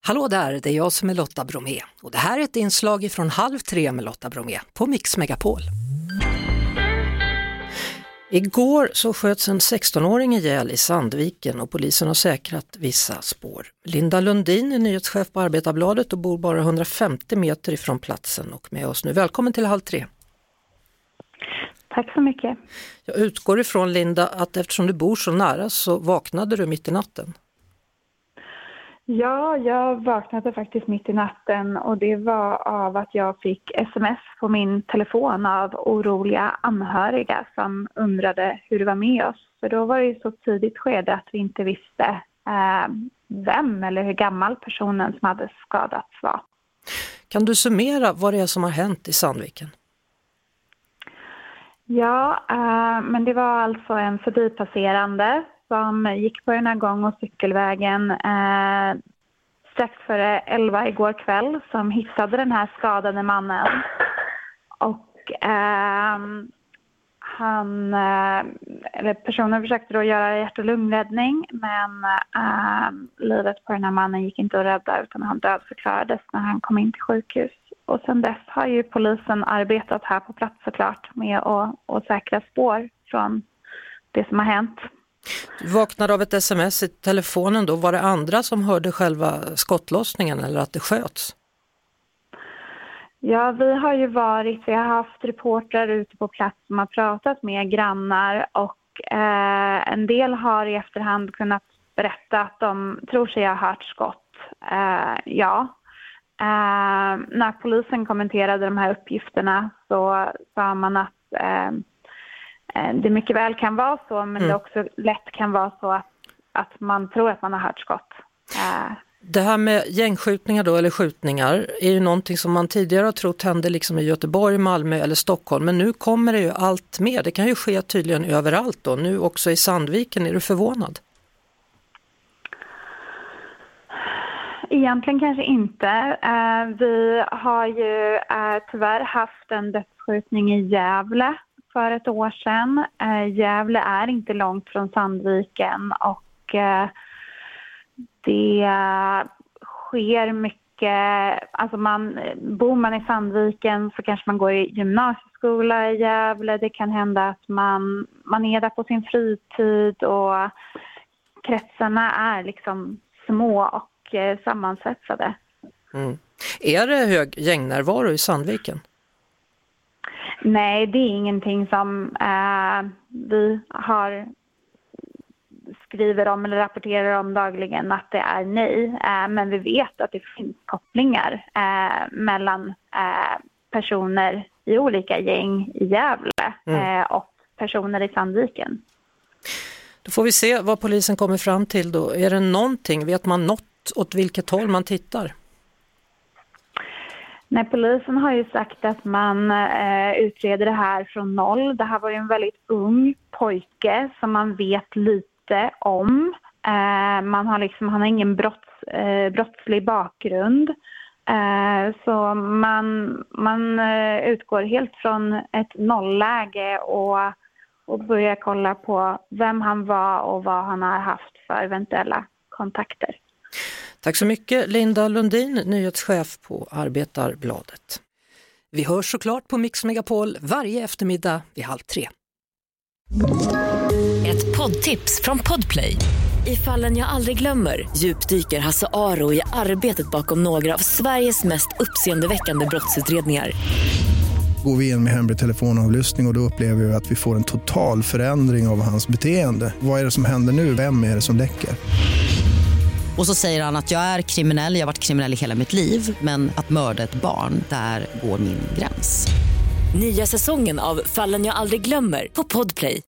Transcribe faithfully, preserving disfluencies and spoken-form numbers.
Hallå där, det är jag som är Lotta Bromé och det här är ett inslag från Halv tre med Lotta Bromé på Mix Megapol. Igår så sköts en sexton-åring ihjäl i Sandviken och polisen har säkrat vissa spår. Linda Lundin är nyhetschef på Arbetarbladet och bor bara hundrafemtio meter ifrån platsen och med oss nu. Välkommen till Halv tre. Tack så mycket. Jag utgår ifrån, Linda, att eftersom du bor så nära så vaknade du mitt i natten. Ja, jag vaknade faktiskt mitt i natten och det var av att jag fick sms på min telefon av oroliga anhöriga som undrade hur det var med oss. För då var det ju så tidigt skede att vi inte visste eh, vem eller hur gammal personen som hade skadats var. Kan du summera vad det är som har hänt i Sandviken? Ja, eh, men det var alltså en förbipasserande som gick på den här gång- och cykelvägen eh, strax före elva igår kväll som hittade den här skadade mannen. Och eh, han, eh, eller personen försökte då göra hjärt- och lungräddning men eh, livet på den här mannen gick inte att rädda utan han dödförklarades när han kom in till sjukhus. Och sedan dess har ju polisen arbetat här på plats såklart med att, att säkra spår från det som har hänt. Du vaknade av ett sms i telefonen då. Var det andra som hörde själva skottlossningen eller att det sköts? Ja, vi har ju varit, vi har haft reportrar ute på plats som har pratat med grannar och eh, en del har i efterhand kunnat berätta att de tror sig ha hört skott. Eh, ja, eh, när polisen kommenterade de här uppgifterna så sa man att eh, det mycket väl kan vara så, men mm. det också lätt kan vara så att, att man tror att man har hört skott. Uh. Det här med gängskjutningar då, eller skjutningar, är ju någonting som man tidigare har trott hände liksom i Göteborg, Malmö eller Stockholm. Men nu kommer det ju allt mer. Det kan ju ske tydligen överallt då. Nu också i Sandviken. Är du förvånad? Egentligen kanske inte. Uh, vi har ju uh, tyvärr haft en dödsskjutning i Gävle för ett år sedan. Eh, Gävle är inte långt från Sandviken och eh, det sker mycket, alltså man, bor man i Sandviken så kanske man går i gymnasieskola i Gävle. Det kan hända att man, man är där på sin fritid och kretsarna är liksom små och eh, sammansvetsade. Mm. Är det hög gängnärvaro i Sandviken? Nej, det är ingenting som eh, vi har skriver om eller rapporterar om dagligen att det är nej. Eh, men vi vet att det finns kopplingar eh, mellan eh, personer i olika gäng i Gävle mm. eh, och personer i Sandviken. Då får vi se vad polisen kommer fram till då. Är det någonting, vet man något åt vilket håll man tittar? Nej, polisen har ju sagt att man eh, utreder det här från noll. Det här var ju en väldigt ung pojke som man vet lite om. Eh, man har liksom, han har ingen brotts, eh, brottslig bakgrund. Eh, så man, man eh, utgår helt från ett nollläge och, och börjar kolla på vem han var och vad han har haft för eventuella kontakter. Tack så mycket, Linda Lundin, nyhetschef på Arbetarbladet. Vi hörs såklart på Mix Megapol varje eftermiddag vid halv tre. Ett poddtips från Podplay. I Fallen jag aldrig glömmer djupdyker Hasse Aro i arbetet bakom några av Sveriges mest uppseendeväckande brottsutredningar. Går vi in med hemlig telefonavlyssning och då upplever vi att vi får en total förändring av hans beteende. Vad är det som händer nu? Vem är det som läcker? Och så säger han att jag är kriminell, jag har varit kriminell i hela mitt liv. Men att mörda ett barn, där går min gräns. Nya säsongen av Fallen jag aldrig glömmer på Podplay.